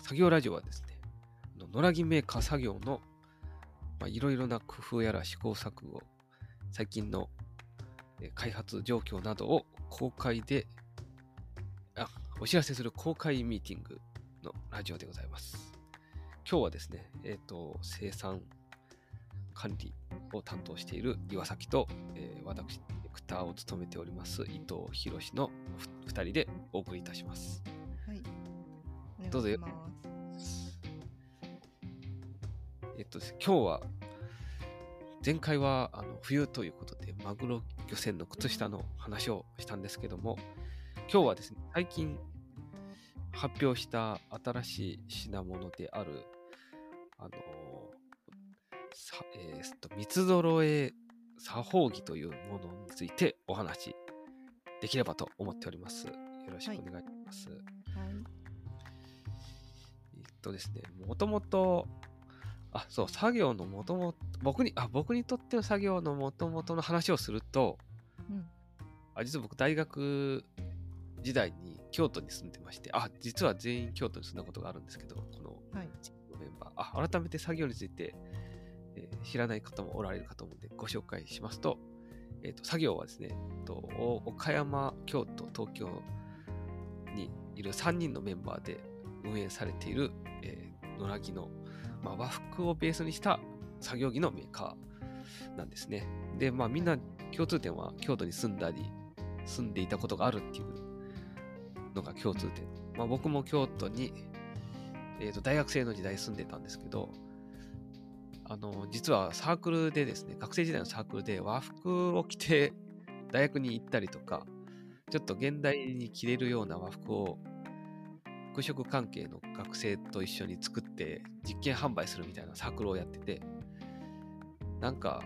作業ラジオはですね、野良着メーカー作業のいろいろな工夫やら試行錯誤、最近の開発状況などを公開でお知らせする公開ミーティングのラジオでございます。今日はですね、生産管理を担当している岩崎と、私、ディレクターを務めております伊藤博の2人でお送りいたします。 はい。 どうぞよ。今日は前回は冬ということでマグロ漁船の靴下の話をしたんですけども、今日はですね、最近発表した新しい品物である三つ揃え作法着というものについてお話しできればと思っております。よろしくお願いします。はい。ですね、もともと作業のもともと僕にとっての作業のもともとの話をすると、実は僕大学時代に京都に住んでまして、実は全員京都に住んだことがあるんですけど、このメンバー、改めて作業について、知らない方もおられるかと思うのでご紹介しますと、作業はですね、岡山、京都、東京にいる3人のメンバーで運営されている、野良着の、和服をベースにした作業着のメーカーなんですね。で、みんな共通点は京都に住んでいたことがあるっていうのが共通点。僕も京都に、大学生の時代住んでたんですけど、実はサークルでですね、学生時代のサークルで和服を着て大学に行ったりとか、ちょっと現代に着れるような和服を服飾関係の学生と一緒に作って実験販売するみたいなサークルをやってて、なんか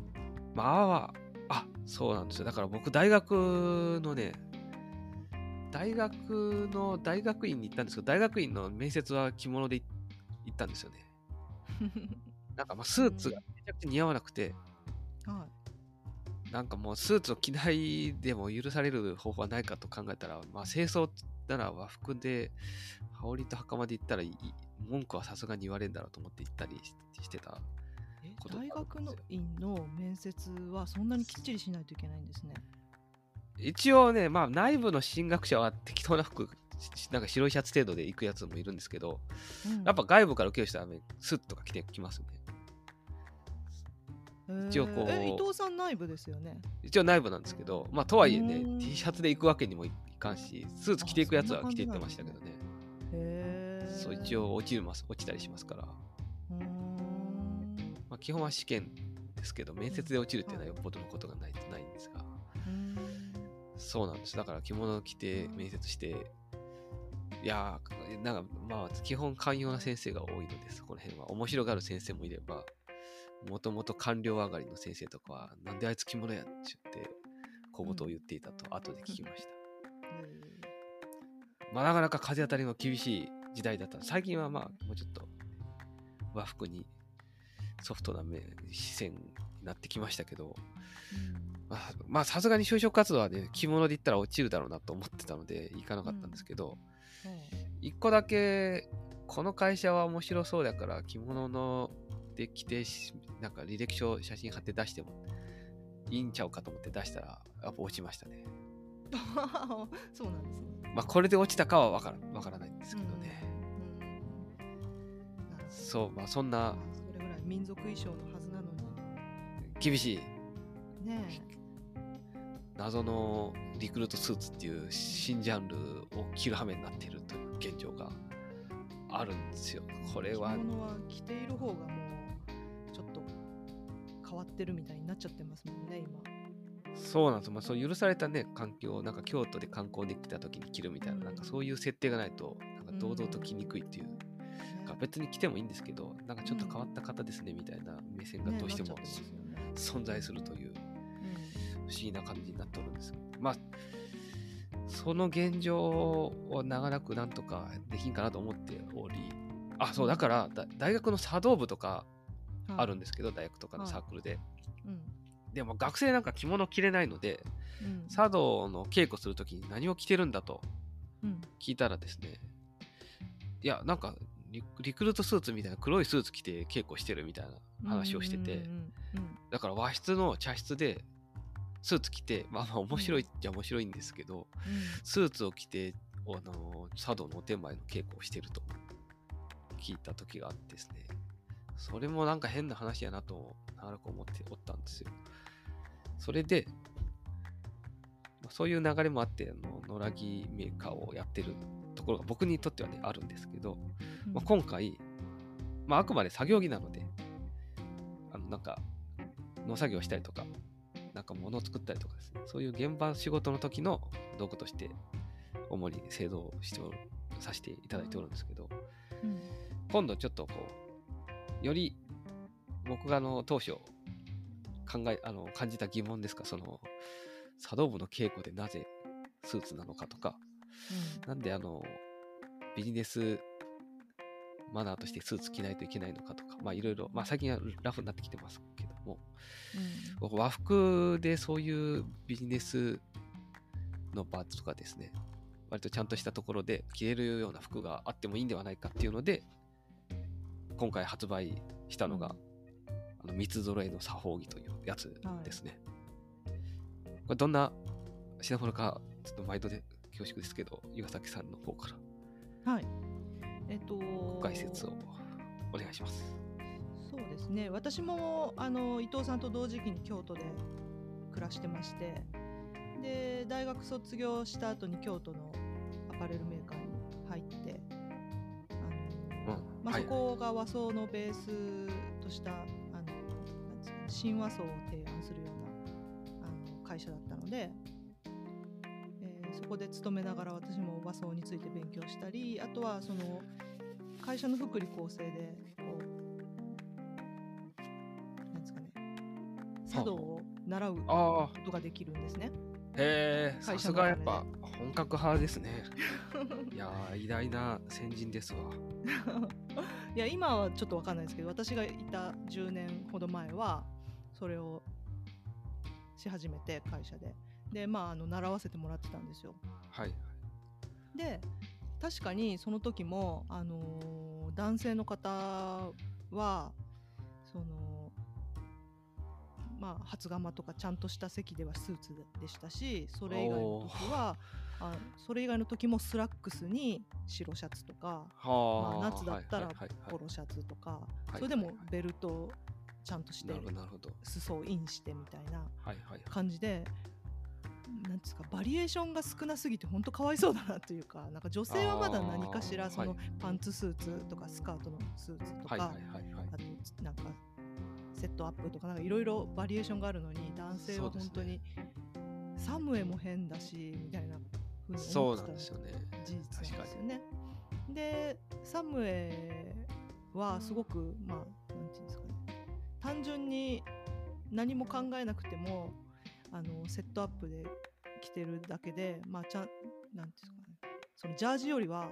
そうなんですよ。だから僕大学のね、大学院に行ったんですけど、大学院の面接は着物で行ったんですよね。なんかスーツがめちゃくちゃ似合わなくて、なんかもうスーツを着ないでも許される方法はないかと考えたら、清掃なら和服で羽織と袴で行ったら文句はさすがに言われるんだろうと思って行ったりしてたことがあるんですよ。 大学の院の面接はそんなにきっちりしないといけないんですね。 一応ね、内部の進学者は適当な服、なんか白いシャツ程度で行くやつもいるんですけど、やっぱ外部から受ける人はスーツとか着てきますよね。 一応伊藤さん内部ですよね。 一応内部なんですけど、とはいえね、T シャツで行くわけにもいかんし、スーツ着ていくやつは着ていってましたけどね。そう、一応落ちたりしますから。基本は試験ですけど、面接で落ちるっていうのはよっぽどのことがないんですが。そうなんです。だから着物を着て面接して、いやー、なんか基本寛容な先生が多いので、そこら辺は面白がる先生もいれば、もともと官僚上がりの先生とかは、なんであいつ着物やって言って、小言を言っていたと後で聞きました。なかなか風当たりの厳しい時代だった。最近はもうちょっと和服にソフトな視線になってきましたけど、さすがに就職活動はね、着物で行ったら落ちるだろうなと思ってたので行かなかったんですけど、一個だけこの会社は面白そうだから着物ので着てなんか履歴書写真貼って出してもいいんちゃうかと思って出したらやっぱ落ちましたね。 そうなんですね。 これで落ちたかはわからないんですけどね。そう、そんなそれぐらい民族衣装のはずなのに厳しいね。 謎のリクルートスーツっていう新ジャンルを着る羽目になっているという現状があるんですよ。これは着物は着ている方がもうちょっと変わってるみたいになっちゃってますもんね、今。 そうなんですよ。そう許されたね環境、なんか京都で観光できた時に着るみたいな、なんかそういう設定がないとなんか堂々と着にくいっていう、別に着てもいいんですけど、なんかちょっと変わった方ですねみたいな目線がどうしても存在するという不思議な感じになっておるんです。その現状を長らくなんとかできんかなと思っており、そうだから大学の茶道部とかあるんですけど、大学とかのサークルで。でも学生なんか着物着れないので、茶道の稽古するときに何を着てるんだと聞いたらですね、いやなんかリクルートスーツみたいな黒いスーツ着て稽古してるみたいな話をしてて、だから和室の茶室でスーツ着て、まあまあ面白いっちゃ面白いんですけど、スーツを着て茶道のお点前の稽古をしてると聞いた時があってですね、それもなんか変な話やなと長らく思っておったんですよ。それでそういう流れもあって野良着メーカーをやってるところが僕にとってはねあるんですけど、今回、あくまで作業着なのでなんか農作業したりとかなんか物を作ったりとかですね、そういう現場仕事の時の道具として主に製造させていただいておるんですけど、今度ちょっとより僕が当初感じた疑問ですか、茶道部の稽古でなぜスーツなのかとか、なんでビジネスマナーとしてスーツ着ないといけないのかとか、いろいろ、最近はラフになってきてますけども、和服でそういうビジネスの場とかですね、割とちゃんとしたところで着れるような服があってもいいんではないかっていうので、今回発売したのが、三つ揃えの作法着というやつですね。これどんな品物かちょっと毎度で恐縮ですけど、岩崎さんの方から、はい、ご解説をお願いします。 そうですね、私も伊藤さんと同時期に京都で暮らしてまして、で大学卒業した後に京都のアパレルメーカーに入って、そこが和装のベースとしたなんですかね、新和装を提案するような会社だったので、そこで勤めながら私も和装について勉強したり、あとはその会社の福利厚生でなんですかね、茶道を習うことができるんですね。 へえ、さすがやっぱ本格派ですね。いや偉大な先人ですわ。 いや今はちょっと分かんないですけど、私がいた10年ほど前はそれをし始めて会社で習わせてもらってたんですよ。 はい。 で確かにその時も、男性の方は初釜とかちゃんとした席ではスーツでしたし、それ以外の時はそれ以外の時もスラックスに白シャツとか、夏だったらポロシャツとか、それでもベルトをちゃんとして裾をインしてみたいな感じで、なんですか、バリエーションが少なすぎて本当かわいそうだなというか、なんか女性はまだ何かしらそのパンツスーツとかスカートのスーツとか、あとなんかセットアップとかなんかいろいろバリエーションがあるのに、男性は本当にサムエも変だしみたいな風に思ってた事実なんですよね。でサムエはすごくなんていうんですかね、単純に何も考えなくてもセットアップで着てるだけで、なんていうんですかね、そのジャージよりは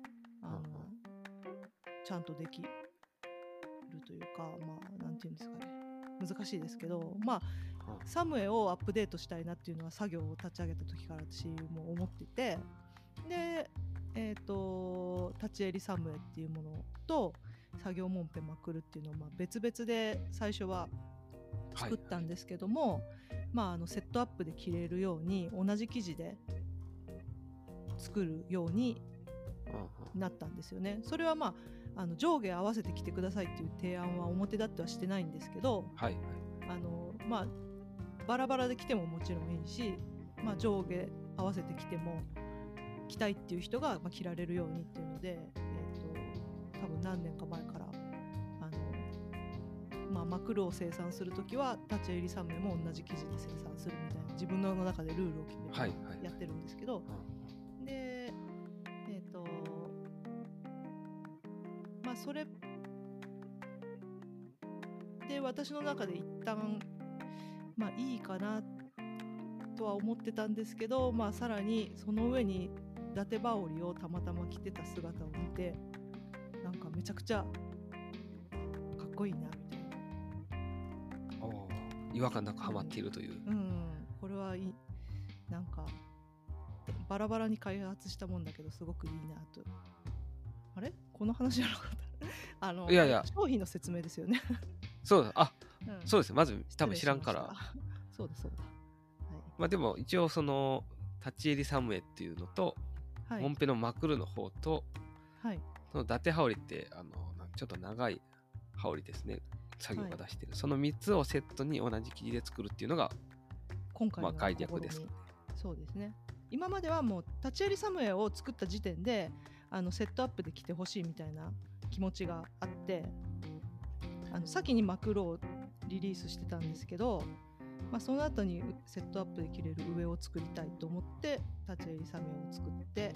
ちゃんとできるというか、なんていうんですかね、難しいですけど、サムエをアップデートしたいなっていうのは作業を立ち上げた時から私も思っていて、で立ち襟サムエっていうものと作業もんぺまくるっていうのを別々で最初は作ったんですけども、セットアップで着れるように同じ生地で作るようになったんですよね。それは上下合わせて着てくださいっていう提案は表立ってはしてないんですけど、バラバラで着てももちろんいいし、上下合わせて着ても着たいっていう人が着られるようにっていうので、多分何年か前からマクルを生産するときは立ち襟サムエも同じ生地で生産するみたいな自分の中でルールを決めてやってるんですけど、でそれで私の中で一旦いいかなとは思ってたんですけど、さらにその上に伊達羽織をたまたま着てた姿を見て、なんかめちゃくちゃかっこいいなみたいな、 違和感なくハマっているという、 これはいい、なんかバラバラに開発したもんだけどすごくいいなとあれこの話じゃなかったいやいや商品の説明ですよね。 そうだ、そうですね。まず多分知らんから。 そうだそうだ。 まあでも一応その立ち襟サムエっていうのと、モンペのまくるの方と、その伊達羽織ってちょっと長い羽織ですね。作業が出してる、その3つをセットに同じ生地で作るっていうのが今回の概略です。 そうですね。今まではもう立ち襟サムエを作った時点でセットアップで着てほしいみたいな気持ちがあって、先にマクロをリリースしてたんですけど、その後にセットアップで着れる上を作りたいと思って立ち襟サムエを作って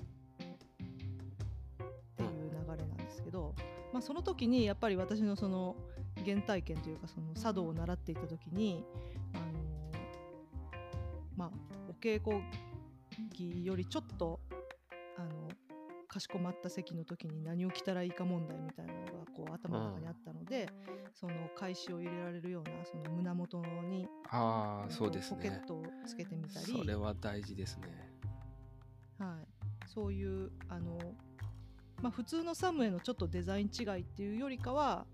っていう流れなんですけど、その時にやっぱり私のその原体験というか、その茶道を習っていた時にお稽古着よりちょっとかしこまった席の時に何を着たらいいか問題みたいなのがこう頭の中にあったので、その返しを入れられるようなその胸元にそうですね、 ポケットをつけてみたり、 それは大事ですね。 そういう普通のサムエのちょっとデザイン違いっていうよりかは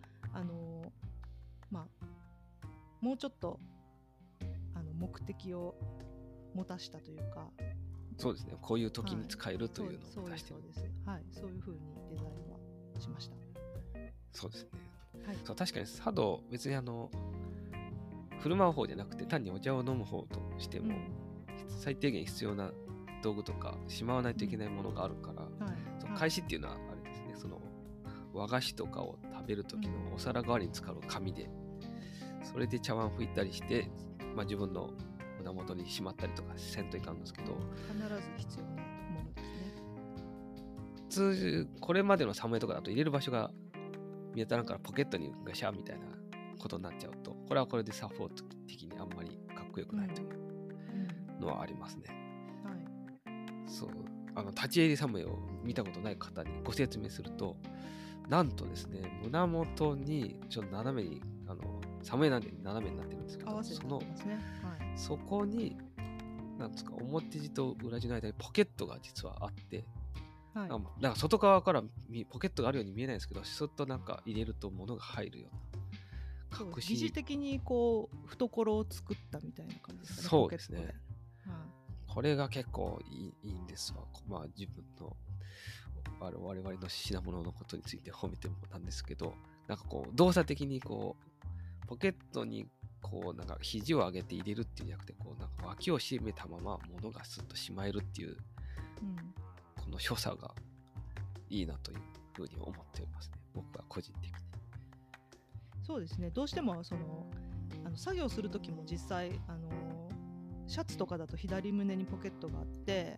もうちょっと目的を持たしたというか、 そうですね、こういう時に使えるというのを出してる、 そういう風にデザインはしました。 そうですね、そう確かに茶道別に振る舞う方じゃなくて単にお茶を飲む方としても、最低限必要な道具とかしまわないといけないものがあるから、その返しっていうのはあれですね、その和菓子とかを食べる時のお皿代わりに使う紙で、それで茶碗拭いたりして、自分の胸元にしまったりとかせんといかんんですけど、 必ず必要なものですね。 普通これまでのサムエとかだと入れる場所が見当たらんからポケットにガシャンみたいなことになっちゃうと、これはこれでサポート的にあんまりかっこよくないというのはありますね。そう立ち襟サムエを見たことない方にご説明すると、なんとですね、胸元にちょっと斜めにサムエなんで斜めになってるんですけど、そこになんですか、表地と裏地の間にポケットが実はあって、なんか外側からポケットがあるように見えないんですけど、そっとなんか入れると物が入るような、 疑似的にこう懐を作ったみたいな感じですかね。 そうですね。これが結構いいんですわ。自分の我々の品物のことについて褒めてもなんですけど、なんかこう動作的にこうポケットにこうなんか肘を上げて入れるっていうんじゃなくて、こうなんか脇を締めたまま物がスッとしまえるっていう、この所作がいいなというふうに思っておりますね、僕は個人的に。 そうですね、どうしても作業する時も実際シャツとかだと左胸にポケットがあって、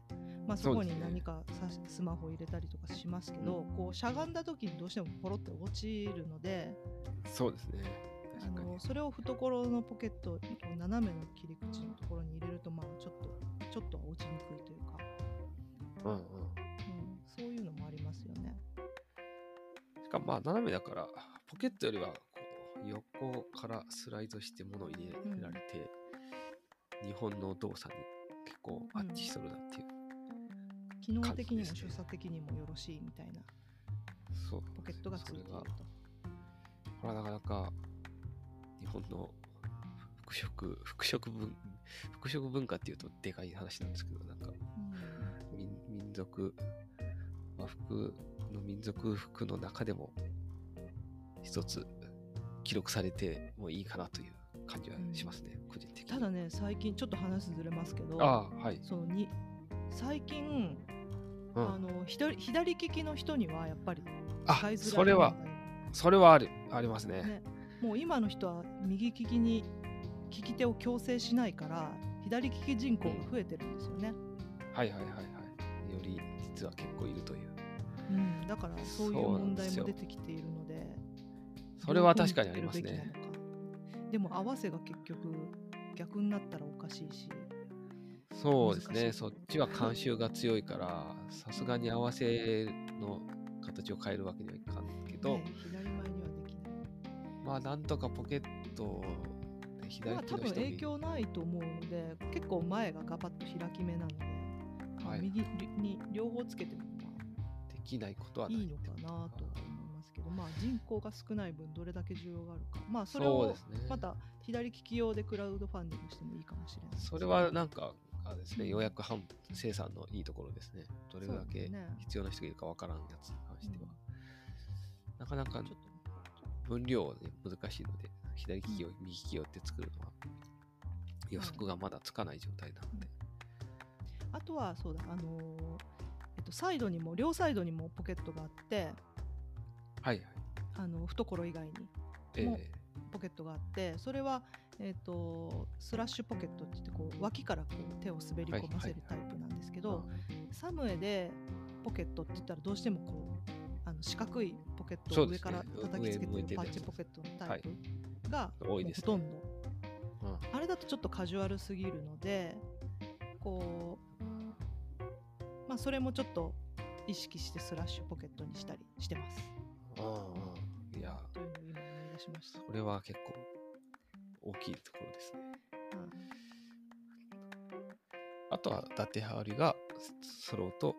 そこに何かスマホ入れたりとかしますけど、こうしゃがんだ時にどうしてもポロッと落ちるので、 そうですね、 それを懐のポケット斜めの切り口のところに入れると、ちょっとは落ちにくいというか、そういうのもありますよね。 しかも斜めだからポケットよりはこう横からスライドして物を入れられて、日本の動作に結構合致しとるなっていう、 機能的にも所作的にもよろしいみたいなポケットがついていると。 これはなかなか日本の服飾文化っていうとでかい話なんですけど、なんか、民族和服の民族服の中でも一つ記録されてもいいかなという感じはしますね、個人的に。 ただね、最近ちょっと話ずれますけど、最近、左利きの人にはやっぱり使いづらい問題、 それはありますね。 もう今の人は右利きに利き手を強制しないから左利き人口が増えてるんですよね。より実は結構いるという、 だからそういう問題も出てきているので、 それは確かにありますね。 でも合わせが結局逆になったらおかしいし。 そうですね、そっちは慣習が強いからさすがに合わせの形を変えるわけにはいかんけど、 左前にはできない。 なんとかポケット左手の人多分影響ないと思うので、結構前がガバッと開き目なので、右に両方つけてもできないことはないいいのかなと思いますけど、まあ、人口が少ない分どれだけ需要があるか、まあ、それをまた左利き用でクラウドファンディングしてもいいかもしれないですね。 それはなんかあれですね、予約生産のいいところですね。どれだけ必要な人がいるかわからんやつに関しては、なかなかちょっと分量で難しいので、左利き用、右利き用って作るのは予測がまだつかない状態なので、 あとはそうだ、サイドにも両サイドにもポケットがあって、 はいはい、 懐以外にもポケットがあって、それは、スラッシュポケットって言ってこう脇からこう手を滑り込ませるタイプなんですけど、サムエでポケットって言ったらどうしてもこう四角いポケットを上から叩きつけてるパッチポケットのタイプがほとんど、あれだとちょっとカジュアルすぎるので、こう、まあ、それもちょっと意識してスラッシュポケットにしたりしてます。 いや、 というのを今思い出しました。 それは結構大きいところですね。あとは縦張りがソロと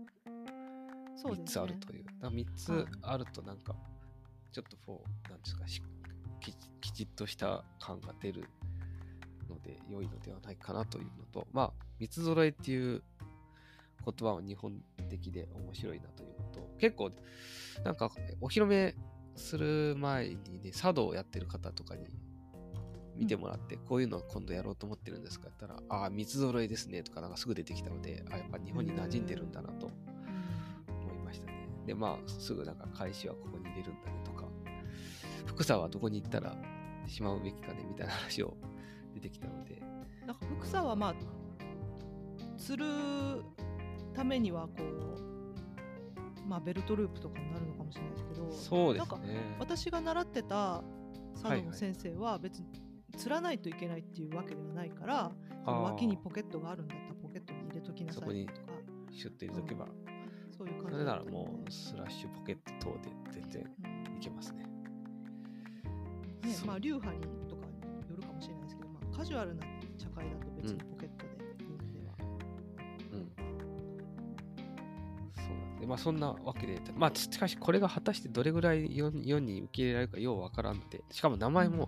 3つあるという。3つあるとなんかちょっとなんですか、きちっとした感が出るので良いのではないかなというのと、まあ三つ揃えっていう言葉は日本的で面白いなというのと、結構なんかお披露目する前にね、茶道をやってる方とかに見てもらって、こういうのを今度やろうと思ってるんですかって言ったら、三つ揃えですねとかなんかすぐ出てきたので、やっぱ日本に馴染んでるんだなと思いましたね。で、まあすぐなんか返しはここに入れるんだねとか、服さはどこに行ったらしまうべきかねみたいな話を出てきたので、 なんか服さはまあ釣るためにはこう、まあ、ベルトループとかになるのかもしれないですけど、 そうですね、 なんか私が習ってた茶道の先生は別に釣らないといけないっていうわけではないから、その脇にポケットがあるんだったらポケットに入れときなさいとか、そこにシュッと入れとけば、 そういう感じ、 それならもうスラッシュポケット等で全然いけますね。 まあ流派にとかよるかもしれないですけど、まあ、カジュアルな茶会だと別にポケットでいいのでは、 そうなんで、まあそんなわけで、まあしかしこれが果たしてどれぐらい世に受け入れられるかようわからんので、しかも名前も、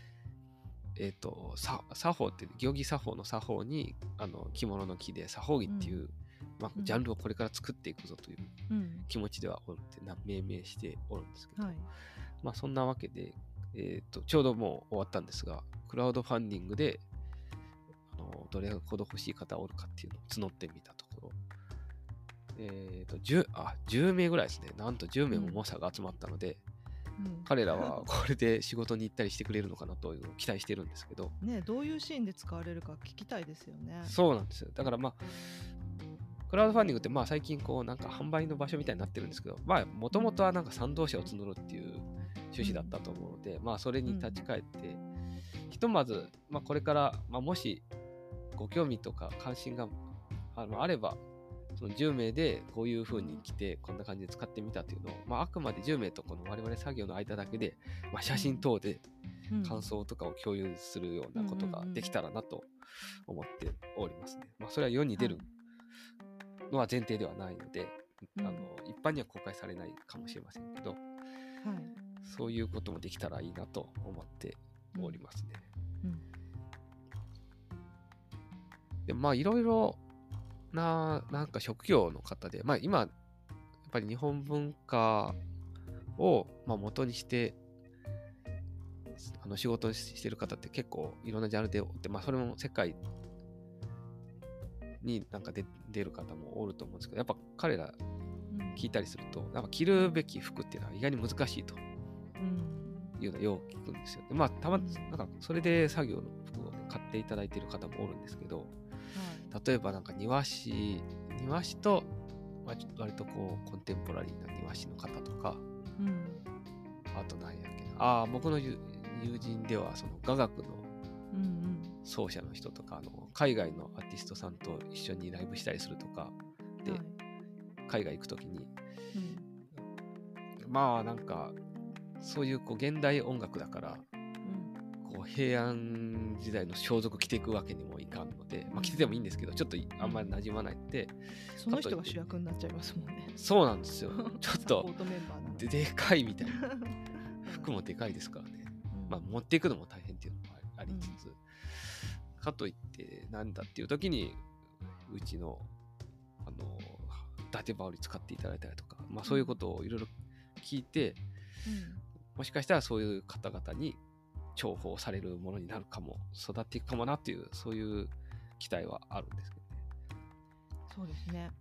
作法って行儀作法の作法に着物の木で作法着っていう、まあ、ジャンルをこれから作っていくぞという気持ちではおるって命名しておるんですけど、まあそんなわけで、ちょうどもう終わったんですが、クラウドファンディングでどれほど欲しい方おるかっていうのを募ってみたところ、10名ぐらいですね。なんと10名も猛者が集まったので、彼らはこれで仕事に行ったりしてくれるのかなというのを期待してるんですけど、 ね、どういうシーンで使われるか聞きたいですよね。 そうなんですよ。だからまあクラウドファンディングってまあ最近こうなんか販売の場所みたいになってるんですけど、まあもともとはなんか賛同者を募るっていう趣旨だったと思うので、まあそれに立ち返って、ひとまず、まあ、これから、まあ、もしご興味とか関心があれば、その10名でこういう風に来てこんな感じで使ってみたというのを、まあ、あくまで10名とこの我々作業の間だけで、まあ、写真等で感想とかを共有するようなことができたらなと思っておりますね。まあ、それは世に出るのは前提ではないので、一般には公開されないかもしれませんけど、そういうこともできたらいいなと思っておりますね。で、まあいろいろなんか職業の方で、まあ今やっぱり日本文化をまあ元にして仕事をしてる方って結構いろんなジャンルでおって、まあそれも世界になんか出る方もおると思うんですけど、やっぱ彼ら聞いたりすると、なんか着るべき服っていうのは意外に難しいというのをよく聞くんですよ。で、まあなんかそれで作業の服を、ね、買っていただいている方もおるんですけど、例えばなんか庭師と、まあ、割とこうコンテンポラリーな庭師の方とか、あと何やっけな、僕の友人ではその雅楽の奏者の人とか、海外のアーティストさんと一緒にライブしたりするとかで、海外行くときに、まあなんかそういうこう現代音楽だから、 こう平安時代の装束着ていくわけにもいかんので、まあ、着ててもいいんですけど、ちょっとあんまり馴染まないって、 その人が主役になっちゃいますもんね。 そうなんですよ。ちょっとでかいみたいな。服もでかいですからね。まあ持っていくのも大変っていうのもありつつ、かといってなんだっていう時にうちの伊達羽織使っていただいたりとか、まあそういうことをいろいろ聞いて、もしかしたらそういう方々に重宝されるものになるかも、育っていくかもなっていう、そういう期待はあるんですけどね。 そうですね。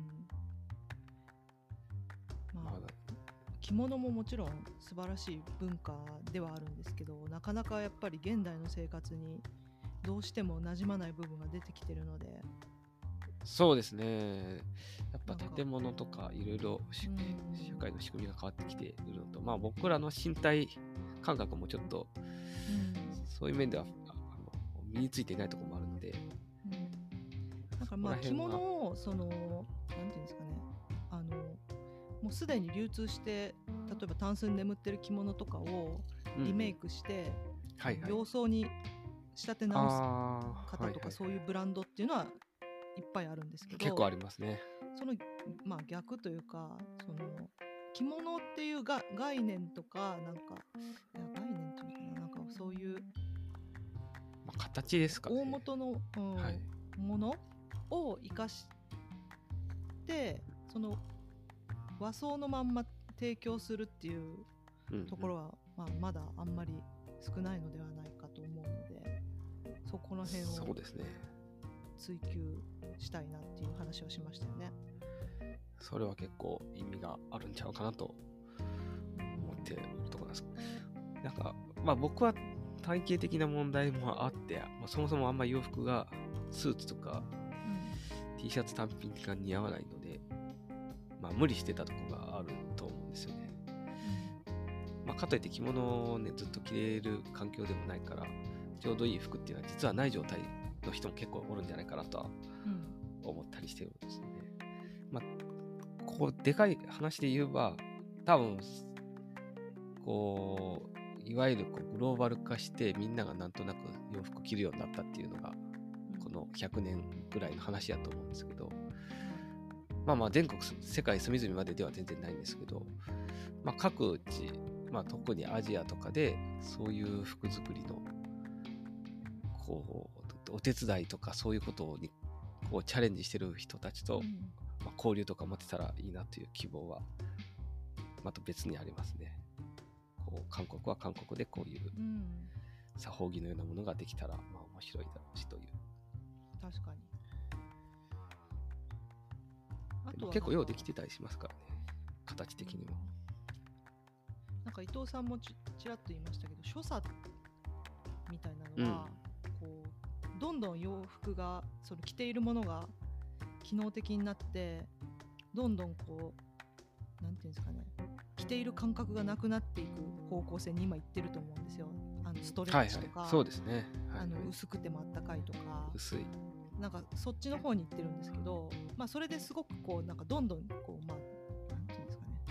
まあ、着物ももちろん素晴らしい文化ではあるんですけど、なかなかやっぱり現代の生活にどうしても馴染まない部分が出てきてるので。 そうですね。やっぱ建物とかいろいろ社会の仕組みが変わってきているのと、まあ僕らの身体感覚もちょっと、そういう面では身についていないところもあるので、 なんかまあ着物をなんていうんですかね、もうすでに流通して例えばタンスに眠ってる着物とかをリメイクして、洋装に仕立て直す方とか、そういうブランドっていうのはいっぱいあるんですけど、 結構ありますね。 そのまあ逆というか、その着物っていう概念とか、なんか概念というかなんかそういう、 まあ、形ですかね。 大元の、ものを生かして、その和装のまんま提供するっていうところは、まあ、まだあんまり少ないのではないかと思うので、そこの辺をそうですね、 追求したいなっていう話をしましたよね。 それは結構意味があるんちゃうかなと思っているところです。なんかまあ僕は体型的な問題もあって、まあ、そもそもあんまり洋服がスーツとか、T シャツ単品が似合わないので、まあ無理してたとこがあると思うんですよね。まあかといって着物をねずっと着れる環境でもないから、ちょうどいい服っていうのは実はない状態の人も結構おるんじゃないかなとは思ったりしてるんですよね。まあこうでかい話で言えば、多分こういわゆるこうグローバル化してみんながなんとなく洋服着るようになったっていうのがこの100年ぐらいの話だと思うんですけど、まあまあ全国世界隅々まででは全然ないんですけど、まあ各地、まあ特にアジアとかでそういう服作りのこうお手伝いとかそういうことにこうチャレンジしてる人たちと、まあ、交流とか持ってたらいいなという希望はまた別にありますね。こう韓国は韓国でこういう作法着のようなものができたらまあ面白いだろうしという。 確かに。 あとは結構ようできてたりしますからね、形的にも。 なんか伊藤さんもちらっと言いましたけど、所作みたいなのは、こうどんどん洋服がその着ているものが機能的になって、どんどんこうなんていうんですかね、着ている感覚がなくなっていく方向性に今行ってると思うんですよ。ストレッチとか、 そうですね、 薄くてもあったかいとか、 薄い、 なんかそっちの方に行ってるんですけど、まあそれですごくこうなんかどんどんこう、まあなんていうんですかね、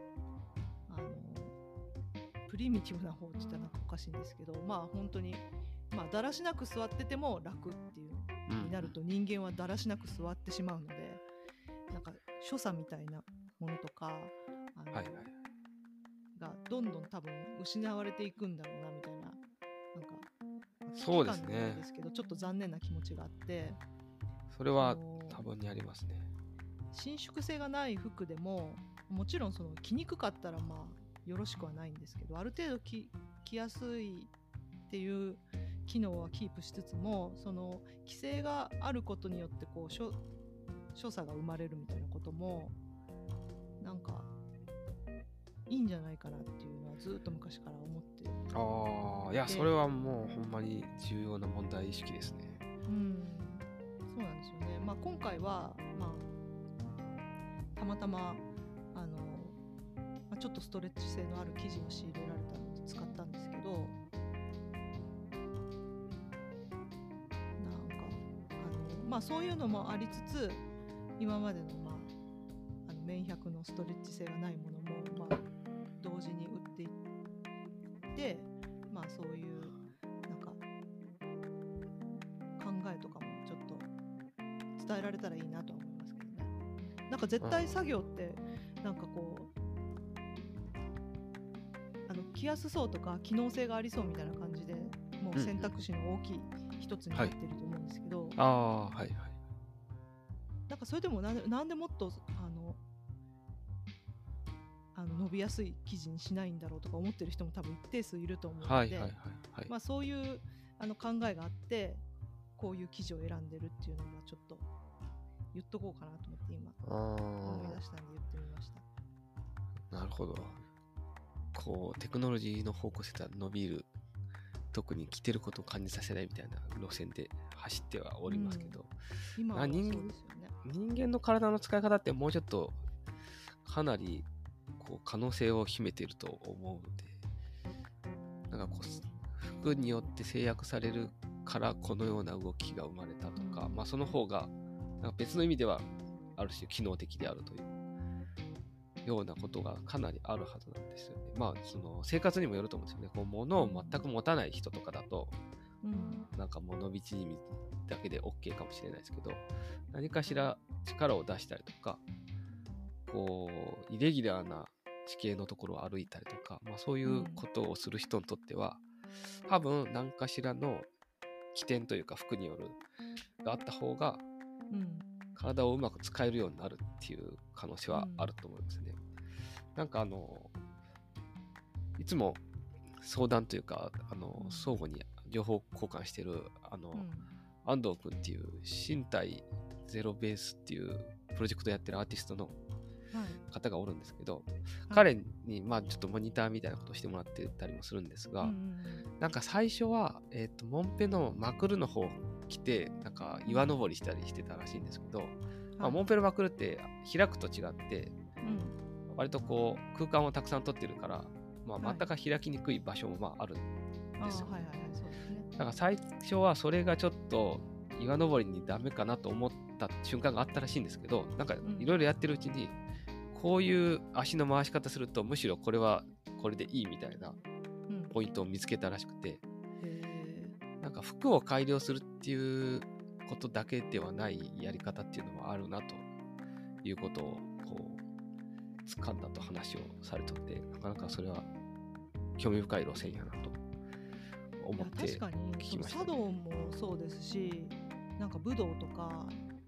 プリミティブな方って言ったらなんかおかしいんですけど、まあ本当にまあだらしなく座ってても楽っていうになると、人間はだらしなく座ってしまうので、なんか所作みたいなものとかがどんどん多分失われていくんだろうなみたいな、なんかそうですね、 なんですけど、ちょっと残念な気持ちがあって、 それは多分にありますね。 伸縮性がない服でももちろんその着にくかったらまあよろしくはないんですけど、ある程度着やすいっていう機能はキープしつつも、その規制があることによってこう所作が生まれるみたいなこともなんかいいんじゃないかなっていうのはずっと昔から思ってる。 いやそれはもうほんまに重要な問題意識ですね。 そうなんですよね。まあ今回はまあたまたまちょっとストレッチ性のある生地を仕入れられたので使ったんですけど、なんかまあそういうのもありつつ、今までのまあ綿100のストレッチ性がないものもまあ同時に売っていって、まあそういうえられたらいいなとは思いますけどね。なんか絶対作業ってなんかこう着やすそうとか機能性がありそうみたいな感じでもう選択肢の大きい一つになってると思うんですけど、 はいはい。 なんかそれでもなんでもっと伸びやすい生地にしないんだろうとか思ってる人も多分一定数いると思うので、まあそういう考えがあってこういう生地を選んでるっていうのはちょっと言っとこうかなと思って今思い出したんで言ってみました。 なるほど。こうテクノロジーの方向性が伸びる、特に着てることを感じさせないみたいな路線で走ってはおりますけど、 今はそうですよね。 人間の体の使い方ってもうちょっとかなりこう可能性を秘めていると思うので、なんかこう服によって制約されるからこのような動きが生まれたとか、まあその方がなんか別の意味ではある種機能的であるというようなことがかなりあるはずなんですよね。まあその生活にもよると思うんですよね。こう物を全く持たない人とかだと、なんかもう伸び縮みだけで OK かもしれないですけど、何かしら力を出したりとか、こうイレギュラーな地形のところを歩いたりとか、まあ、そういうことをする人にとっては、多分何かしらの起点というか服によるがあった方が、体をうまく使えるようになるっていう可能性はあると思いますね。なんかいつも相談というか相互に情報交換してる安藤君っていう身体ゼロベースっていうプロジェクトやってるアーティストの方がおるんですけど、彼にまあちょっとモニターみたいなことをしてもらってたりもするんですが、なんか最初はモンペのマクルの方来てなんか岩登りしたりしてたらしいんですけど、まあ、モンペのマクルって開くと違って、割とこう空間をたくさん取ってるから、まあ、全く開きにくい場所もまああるんですよ。だから最初はそれがちょっと岩登りにダメかなと思った瞬間があったらしいんですけど、なんかいろいろやってるうちにこういう足の回し方するとむしろこれはこれでいいみたいなポイントを見つけたらしくて、なんか服を改良するっていうことだけではないやり方っていうのもあるなということをこう掴んだと話をされてて、なかなかそれは興味深い路線やなと思って聞きましたね。 確かに茶道もそうですし、なんか武道とか、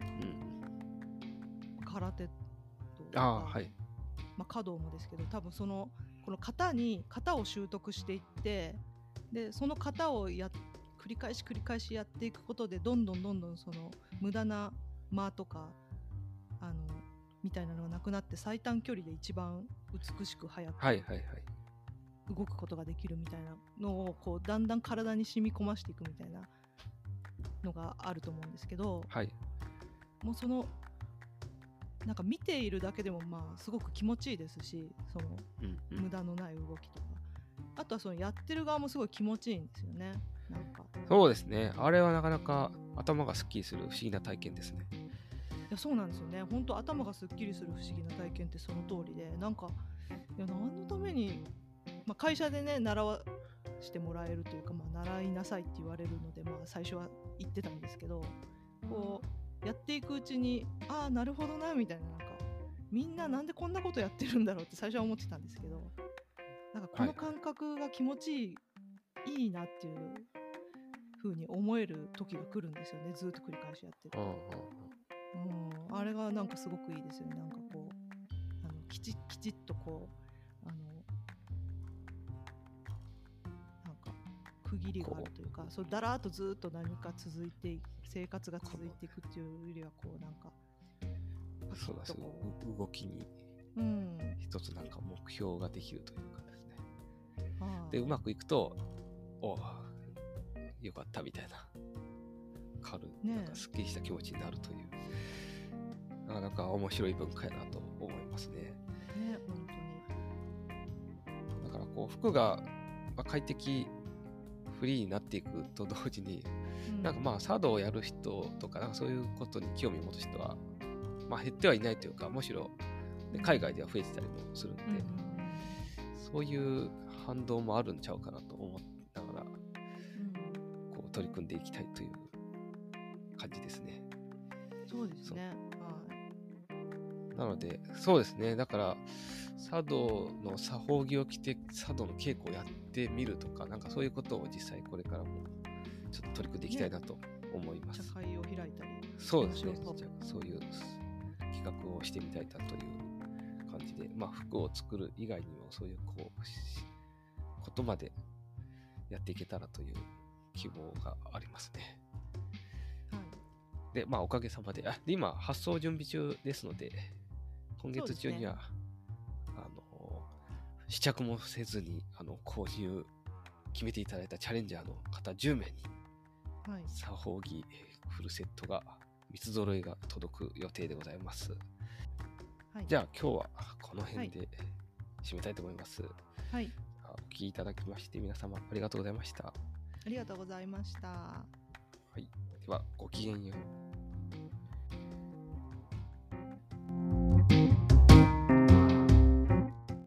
空手とか、まあ、華道もですけど、多分この型を習得していって、でその型を繰り返しやっていくことでどんどんその無駄な間とかみたいなのがなくなって、最短距離で一番美しく速く動くことができるみたいなのをこうだんだん体に染み込ましていくみたいなのがあると思うんですけど、もうそのなんか見ているだけでもまあすごく気持ちいいですし、その無駄のない動きとか、あとはそのやってる側もすごい気持ちいいんですよね。なんかそうですね、あれはなかなか頭がすっきりする不思議な体験ですね。 いやそうなんですよね。本当頭がすっきりする不思議な体験ってその通りで、なんかいや何のために、まあ、会社でね習わしてもらえるというか、まあ、習いなさいって言われるので、まあ、最初は言ってたんですけど、こうやっていくうちにああなるほどなみたいな、なんかみんななんでこんなことやってるんだろうって最初は思ってたんですけど、なんかこの感覚が気持ちいいなっていう風に思える時が来るんですよね。ずっと繰り返しやってると。あれがなんかすごくいいですよね。なんかこうきちっとこうなんか区切りがあるというか、そうだらーっとずっと何か続いて生活が続いていくっていうよりは、こうなんかそうですね、動きに一つなんか目標ができるというかですね。でうまくいくとよかったみたいななんかすっきりした気持ちになるという、なかなか面白い文化やなと思いますね。 本当に。だからこう服が快適フリーになっていくと同時に、なんかまあ茶道をやる人とか、なんかそういうことに興味を持つ人はまあ減ってはいないというか、むしろ、ね、海外では増えてたりもするんで、そういう反動もあるんちゃうかなと思いながら、こう取り組んでいきたいという感じですね。 そうですね。 なので、そうですね。だから、茶道の作法着を着て、茶道の稽古をやってみるとか、なんかそういうことを実際これからもちょっと取り組んでいきたいなと思います。 茶会を開いたり。 そうですね。そういう企画をしてみたいなという感じで、まあ服を作る以外にもそういうことまでやっていけたらという希望がありますね。 はい。 で、まあおかげさまで、今発送準備中ですので、今月中には、試着もせずに購入決めていただいたチャレンジャーの方10名に、作法着フルセットが三つ揃いが届く予定でございます。はい、じゃあ今日はこの辺で締めたいと思います。 はい。 お聞きいただきまして皆様ありがとうございました。 ありがとうございました。はい。ではごきげんよう。